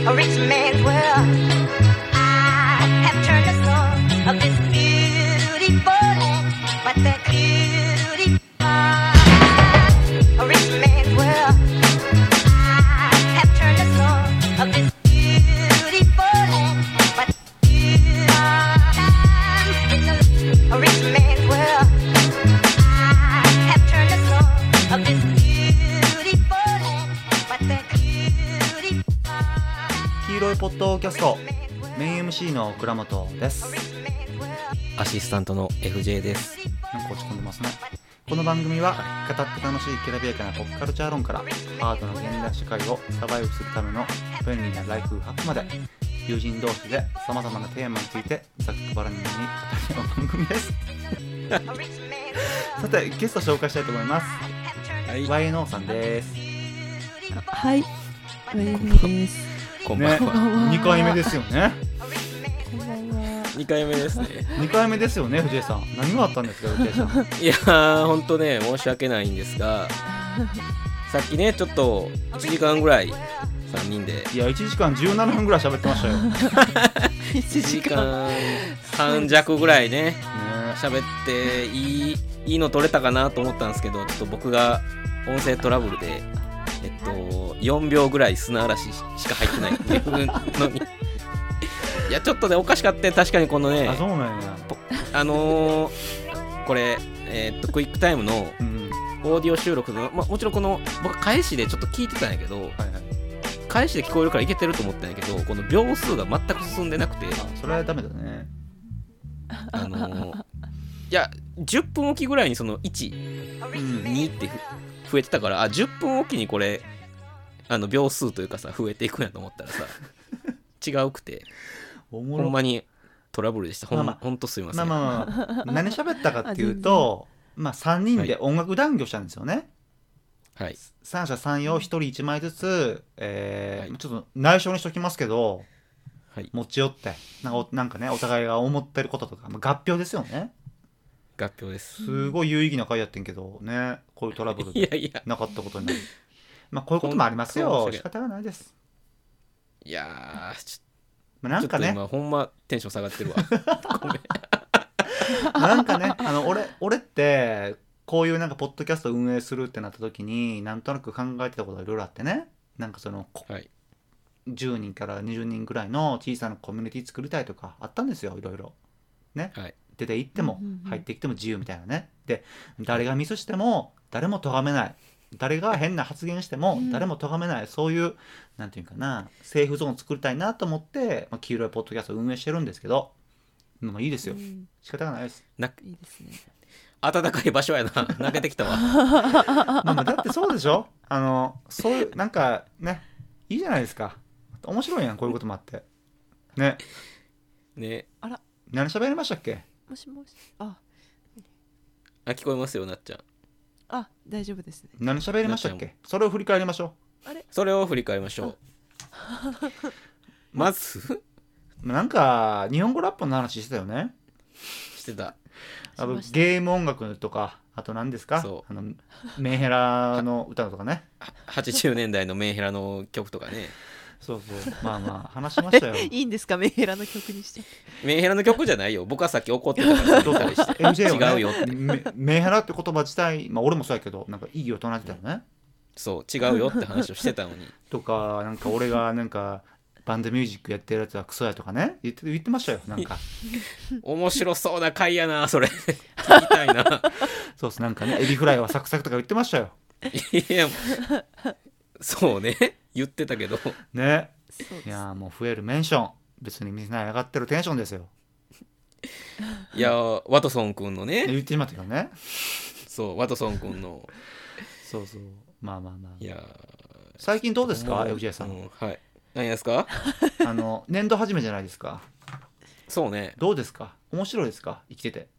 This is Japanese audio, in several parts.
a rich man's world. I have turned the soul of this beautiful land, but that beauty a rich man's world. I have turned the soul of this beautiful land, but a rich man's world. I have turned the soul of this beautiful land, but that beauty 黄色いポッドキャストメイン MC の倉本です。 アシスタントの FJ です。 なんか落ち込んでますね。この番組は語って楽しいきらびやかなポップカルチャー論からハードの現代社会をサバイブするための便利なライフハックまで、友人同士で様々なテーマについてざっくばらんに語り合う番組ですさてゲスト紹介したいと思います。 はい、 YNO さんです。 はい、YNO です。 こんばんは。 2回目ですよね。 こんばんは。 2回目ですね。 2回目ですよね、藤井さん。何があったんですか、藤井さん。 いやー、ほんとね、申し訳ないんですが、さっきね、ちょっと1時間ぐらい3人で。 いや、1時間17分ぐらい喋ってましたよ。 1時間半弱ぐらいね、喋っていいの取れたかなと思ったんですけど、ちょっと僕が音声トラブルで、4秒ぐらい砂嵐しか入ってないっていうのにいやちょっとねおかしかったね。確かにこのね、 あ、そうなんや。 これ、クイックタイムのオーディオ収録の、もちろんこの僕返しでちょっと聞いてたんやけど、はいはい、返しで聞こえるからいけてると思ったんやけど、この秒数が全く進んでなくて、 それはダメだね。 いや10分おきぐらいにその1、2って増えてたから、あ10分おきにこれ秒数というかさ増えていくんやと思ったらさ違うくて、ほんまにトラブルでした。ほんとすいません。 何喋ったかっていうと3人で音楽談義したんですよね。はい、三者三様1人1枚ずつ、はい、ちょっと内緒にしときますけど、はい、持ち寄ってなんかねお互いが思ってることとか、合併ですよね。 合併です。 すごい有意義な回やってんけどね、こういうトラブルでなかったことになる。こういうこともありますよ。仕方がないです。いやー、なんかね、ちょっと今ほんまテンション下がってるわごめんなんかね、俺ってこういうなんかポッドキャストを運営するってなった時になんとなく考えてたことがいろいろあってね、なんかその、はい、10人から20人ぐらいの小さなコミュニティ作りたいとかあったんですよ、いろいろね、はい、出て行っても入ってきても自由みたいなね。で、誰がミスしても誰も咎めない、誰が変な発言しても誰も咎めない、そういうなんていうかな、セーフゾーンを作りたいなと思って、黄色いポッドキャストを運営してるんですけど、いいですよ、仕方がないです。 いいですね。 暖かい場所やな。泣けてきたわだってそうでしょ、そういうなんかね、いいじゃないですか。面白いやん、こういうこともあってね。 あら、 何喋りましたっけ。 もしもし。 聞こえますよ、なっちゃん。 大丈夫ですね。 何喋りましたっけ。それを振り返りましょう。それを振り返りましょうまずなんか日本語ラップの話してたよね。 してた。 ゲーム音楽とか、あと何ですか、メンヘラの歌とかね 80年代のメンヘラの曲とかね。 そう話しましたよいいんですか、メンヘラの曲にして。 メンヘラの曲じゃないよ。僕はさっき怒ってたから違うよって。 メンヘラって言葉自体、俺もそうやけど、なんかいいよとなってたよね。 そう違うよって話をしてたのにとか、なんか俺がなんかバンドミュージックやってるやつはクソやとかね、言ってましたよ。なんか面白そうな回やなそれ聞きたいなそうっす、なんかね、エビフライはサクサクとか言ってましたよ。 いやそうね、言ってたけどね。いやもう増えるメンション、別にみんな上がってるテンションですよ。 いやワトソンくんのね、 言ってしまったけどね。 そうワトソンくんのそういや最近どうですか FJ さん、 はい、何ですか年度始めじゃないですか。 そうね、 どうですか、面白いですか、生きてて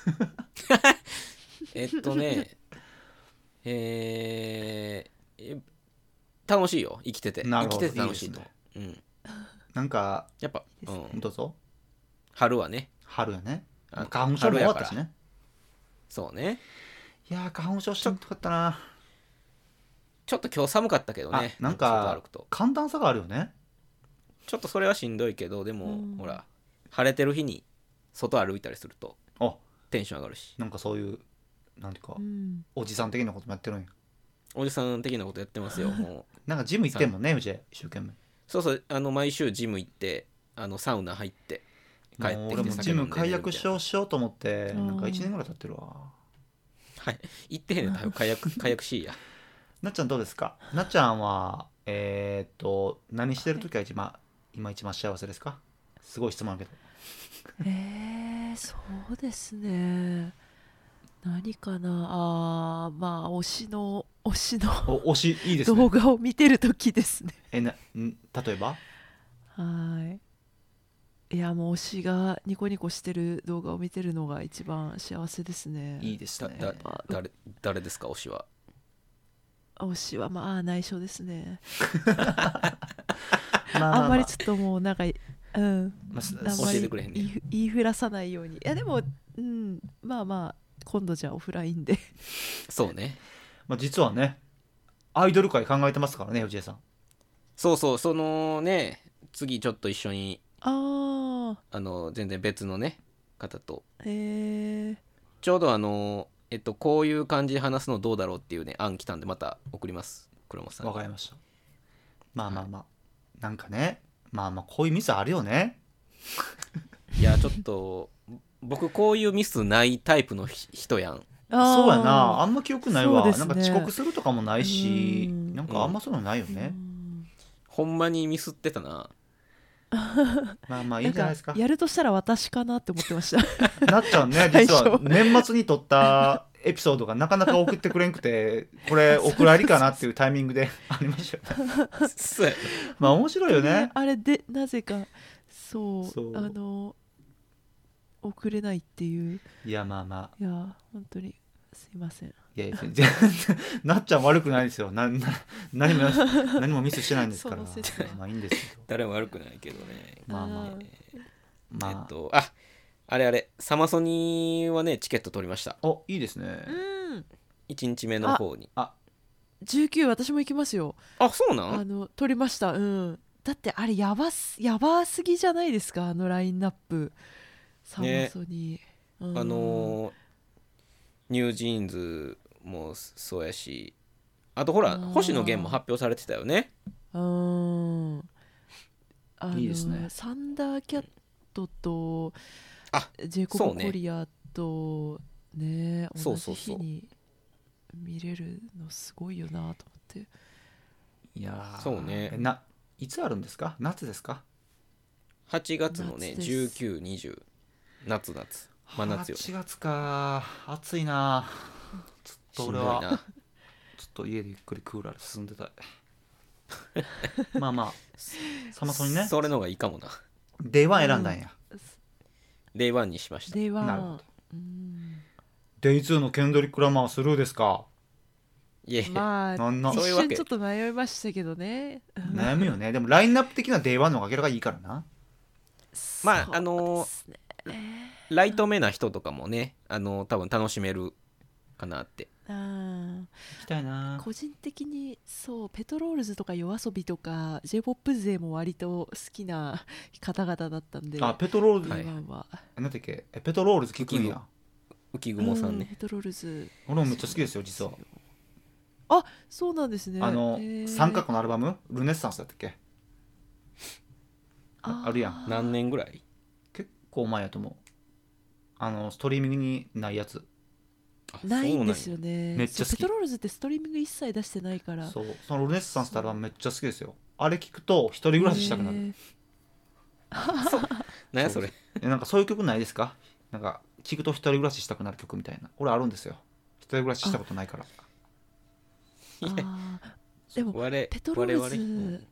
楽しいよ、生きてて。 生きてて楽しいと。 なんかやっぱ、 どうぞ。 春はね。 春やね。花粉症も終わったしね。 そうね。 いや花粉症しちゃったかったな。 ちょっと今日寒かったけどね。 なんか寒暖差があるよね。 ちょっとそれはしんどいけどでも、 うんほら晴れてる日に外歩いたりするとあ、 テンション上がるし、 なんかそういうなんていうか、 うんおじさん的なこともやってるんや。 おじさん的なことやってますよもうなんかジム行ってんもんね、うち一生懸命。 そうそう毎週ジム行ってサウナ入って帰ってもうき俺もジムて酒飲んで解約しようと思って、 うんなんか1年ぐらい経ってるわ。 はい行ってへんねん多分解約しいや。 なっちゃんどうですか？なっちゃんは何してる時が今一番幸せですか？すごい質問あるけど。 そうですね。何かな。まあ推しの推しいいですね。 動画を見てる時ですね。 例えばいやもう推しがニコニコしてる動画を見てるのが一番幸せですね。 いいですね。 誰ですか推しは？ 推しはまあ内緒ですね。 まあんまりちょっともうなんかまああんま教えりてくれへんね言いふらさないように。いやでもまあ今度じゃあオフラインで。 そうね。 実はねアイドル界考えてますからね、藤江さん。 そうそのね次ちょっと一緒にあ全然別のね方とあへえ。 ちょうどこういう感じで話すのどうだろうっていうね案来たんでまた送ります黒本さんに。 わかりました。なんかね、こういうミスあるよね。 いやちょっと僕こういうミスないタイプの人やん。 そうやな、あんま記憶ないわ、 そうですねなんか遅刻するとかもないし、 うんなんかあんまそういうのないよね。 ほんまにミスってたな。 いいんじゃないですか。 やるとしたら私かなって思ってましたなっちゃんね、実は年末に撮ったエピソードがなかなか送ってくれんくて、これお蔵入りかなっていうタイミングでありましたよね。 そうや面白いよね。 あれでなぜかそうそう送れないっていう。 いやいや本当にすいません。 いや全然なっちゃん悪くないですよ。何もミスしてないんですから。 その説はいいんですけど。 誰も悪くないけどね。あれサマソニはねチケット取りました。 いいですね。 1日目の方に。 19私も行きますよ。 そうなん取りました。だってあれやばすぎじゃないですか、ラインナップ。サマソニ、 ニュージーンズもそうやし、あとほら星野源も発表されてたよね。 いいですね。 サンダーキャットとジェイコブ・コリアとね同じ日に見れるのすごいよなと思って。 いやそうね。 いつあるんですか？夏ですか ？8月のね19、20夏真夏よ。 8月か、暑いな。ちょっと俺はちょっと家でゆっくりクーラーで進んでたい。サマソニね。 それの方がいいかもな。 デイワン選んだんや。 デイワンにしました。 デイワン。 なるほど。デイ2のケンドリック・ラマースルーですか？ いや一そういうわけ瞬ちょっと迷いましたけどね。 悩むよね。でもラインナップ的なデイワンの方が明らかにいいからな。 ライトめな人とかもね多分楽しめるかなって。 行きたいな。 個人的にペトロールズとか夜遊びとか J-POP 勢も割と好きな方々だったんで。 ペトロールズ、 なんだっけ、ペトロールズ聞くんや。 浮雲さんね。 ペトロールズ俺もめっちゃ好きですよ実は。 そうなんですね。 三角のアルバムルネッサンスだったっけ？あるやん。 何年ぐらい？ 結構前やと思う。ストリーミングにないやつないんですよね。 めっちゃ好き。 ペトロールズってストリーミング一切出してないから。 そのルネッサンスってアルバムめっちゃ好きですよ。あれ聞くと一人暮らししたくなる。 何やそれ。 なんかそういう曲ないですか？なんか聞くと一人暮らししたくなる曲みたいな。俺あるんですよ。一人暮らししたことないから。 でもペトロールズ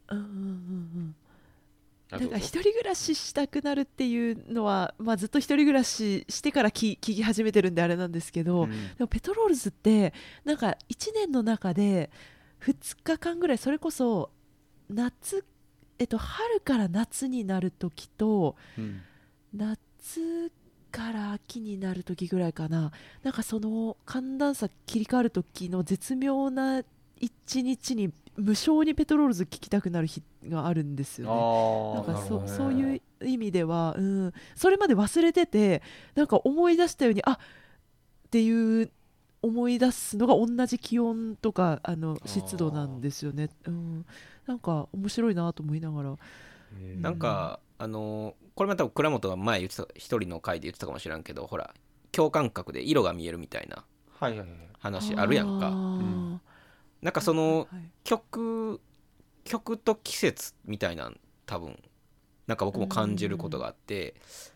なんか一人暮らししたくなるっていうのは、ずっと一人暮らししてから聞き始めてるんであれなんですけど、でもペトロールズってなんか1年の中で2日間ぐらい、それこそ春から夏になる時と、夏から秋になる時ぐらいかな、なんかその寒暖差切り替わる時の絶妙な一日に無性にペトロールズ聴きたくなる日があるんですよね。なんかそういう意味では、それまで忘れててなんか思い出したようにっていう思い出すのが同じ気温とか湿度なんですよね、なんか面白いなと思いながら、 なんかこれまた倉本が前言ってた一人の回で言ってたかもしれんけど、ほら共感覚で色が見えるみたいな話あるやんか。なんかその曲と季節みたいな多分なんか僕も感じることがあって、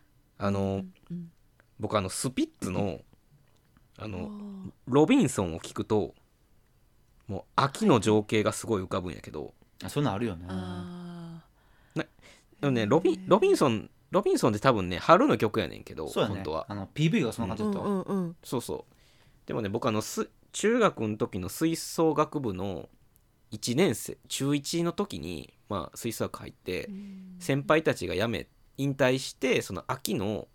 僕スピッツのロビンソンを聞くともう秋の情景がすごい浮かぶんやけど、 そういうのあるよね。 でもねロビンソンって多分ね春の曲やねんけど、 そうやね、 本当は PV がそんな感じだったわ、 そうそう。でもね僕中学の時の吹奏楽部の1年生中1の時に、吹奏楽入って先輩たちが引退して、その秋の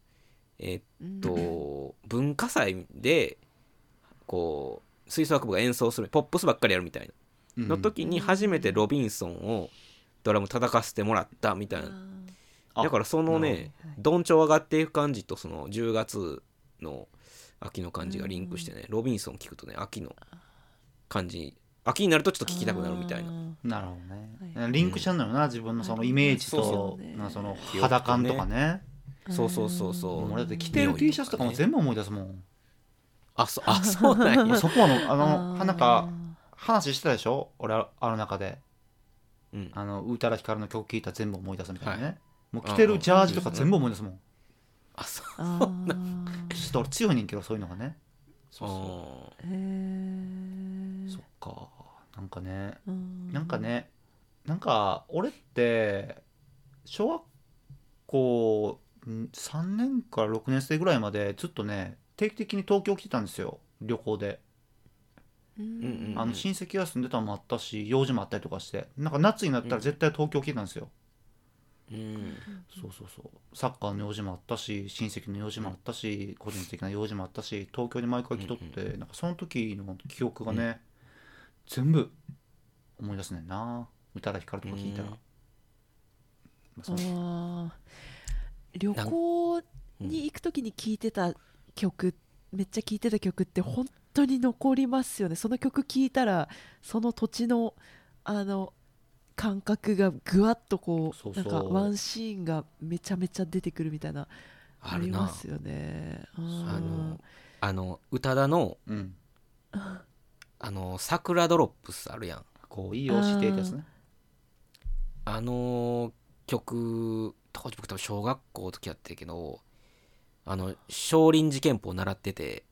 文化祭でこう吹奏楽部が演奏するポップスばっかりやるみたいなの時に初めてロビンソンをドラム叩かせてもらったみたいな。だからそのねどんちょ上がっていく感じとその10月の秋の感じがリンクしてね、ロビンソン聞くとね秋の感じ、秋になるとちょっと聴きたくなるみたいな。 なるほどね、リンクしちゃうんだよな、自分のそのイメージとその肌感とかね。 そう俺だって着てる T シャツとかも全部思い出すもん。 そうなんや。 そこはなんか話してたでしょ俺中で、宇多田ヒカルの曲聴いたら全部思い出すみたいなね、もう着てるジャージとか全部思い出すもん。 そうなんちょっと俺強いねんけどそういうのがね。そっか、なんか俺って小学校3年から6年生ぐらいまでずっとね定期的に東京来てたんですよ、旅行で。親戚が住んでたのもあったし用事もあったりとかして、なんか夏になったら絶対東京来てたんですよ。そうサッカーの用事もあったし親戚の用事もあったし個人的な用事もあったし東京に毎回来とって、なんかその時の記憶がね、全部思い出すねんな、宇多田ヒカルとか聞いたら。 旅行に行く時に聴いてた曲、めっちゃ聴いてた曲って本当に残りますよね。その曲聴いたらその土地の感覚がぐわっとこうなんかワンシーンがめちゃめちゃ出てくるみたいなありますよね。 宇多田の桜ドロップスあるやん、 こういいよしてってやつね。 曲当時僕多分小学校の時やってるけど、少林寺拳法を習ってて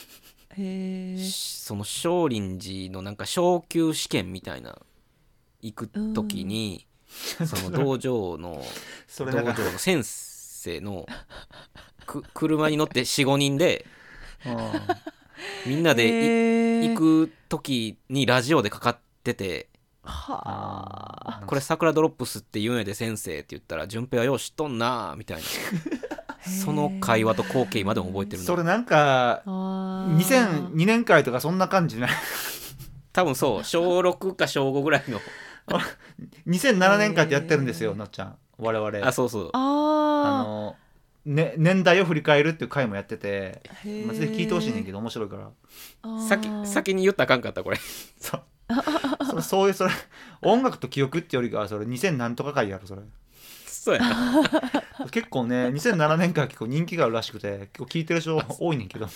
その少林寺のなんか昇級試験みたいな行く時に、その道場の先生の車に乗って 4,5 人でみんなで行く時にラジオでかかってて、これ桜ドロップスって言うんやで先生って言ったら、順平はよう知っとんなみたいなその会話と光景までも覚えてるの。 それなんか2002年会とかそんな感じない多分そう小6か小5ぐらいの 2007年会ってやってるんですよ、なっちゃん我々。 そうそう年代を振り返るっていう回もやってて、ぜひ聞いてほしいねんけど面白いから。 先に言ったらあかんかったこれそういうそれ音楽と記憶ってよりかはそれ2000何とか回やるそれ。 そうやな結構ね2007年間結構人気があるらしくて結構聞いてる人多いねんけど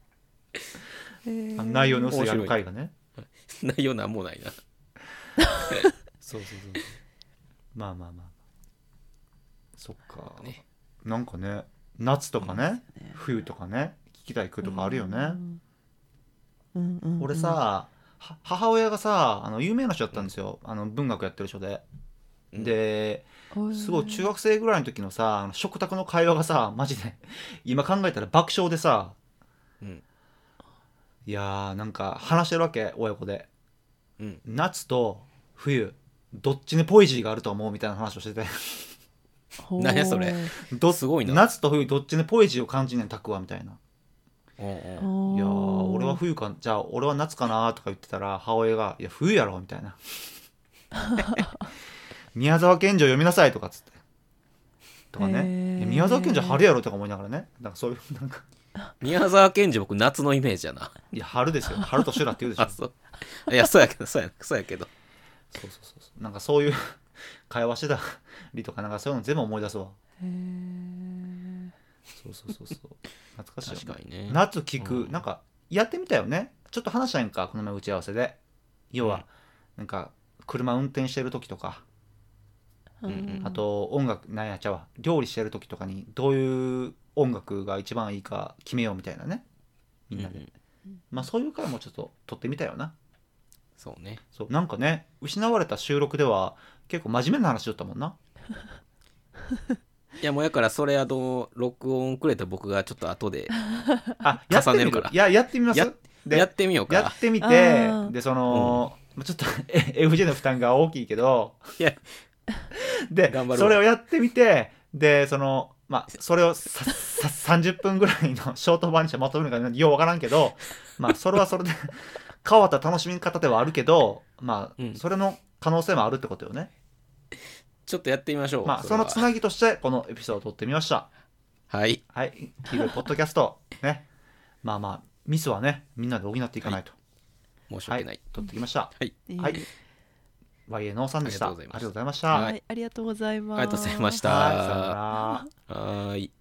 内容の薄いやる回がね内容なんもないなそうまあそっか、なんかね夏とかね、冬とかね聞きたい曲とかあるよね。俺さ母親がさ有名な人だったんですよ、文学やってる人で。ですごい中学生ぐらいの時のさ食卓の会話がさマジで今考えたら爆笑でさ、いやーなんか話してるわけ親子で、夏と冬どっちにポエジーがあると思うみたいな話をしてて何やそれすごいな。 夏と冬どっちにポエジーを感じんねんタクはみたいな。 おうおういやー俺は冬かじゃあ俺は夏かなとか言ってたら母親がいや冬やろみたいな宮沢賢治を読みなさいとかっつってとかねいや宮沢賢治は春やろとか思いながらねなんかそういうなんか宮沢賢治僕夏のイメージやな。 いや春ですよ春と修羅って言うでしょあそういやそうやけどそうやけどそうなんかそういう会話してたりとかなんかそういうの全部思い出すわそう懐かしいよね。 確かにね。 夏聞くなんかやってみたよねちょっと話したやんかこの前打ち合わせで要はなんか車運転してる時とかあと音楽なんやちゃうわ料理してる時とかにどういう音楽が一番いいか決めようみたいなねみんなで、まあそういう回もちょっと撮ってみたよな。 そうね。 そうなんかね失われた収録では結構真面目な話だったもんな。 いやもうやからそれ録音くれて僕がちょっっと後であやってみる重ねるからやってみますやってみようか。 やってみてでその、ちょっと FJ の負担が大きいけどいやで頑張るわそれをやってみてでそのまあそれを30分ぐらいのショート版にしてまとめるのかようわからんけどまあそれはそれで変わった楽しみ方ではあるけどまあ、それの可能性もあるってことよね。 ちょっとやってみましょう。 まあそのつなぎとしてこのエピソードを撮ってみました。 はいはい黄色いポッドキャストねまあミスはねみんなで補っていかないと、 申し訳ない。 撮ってきました。 はいはい YA ノーさんでした。ありがとうございました。 はい、ありがとうございます。 ありがとうございました。 はいさよなら。 はーい。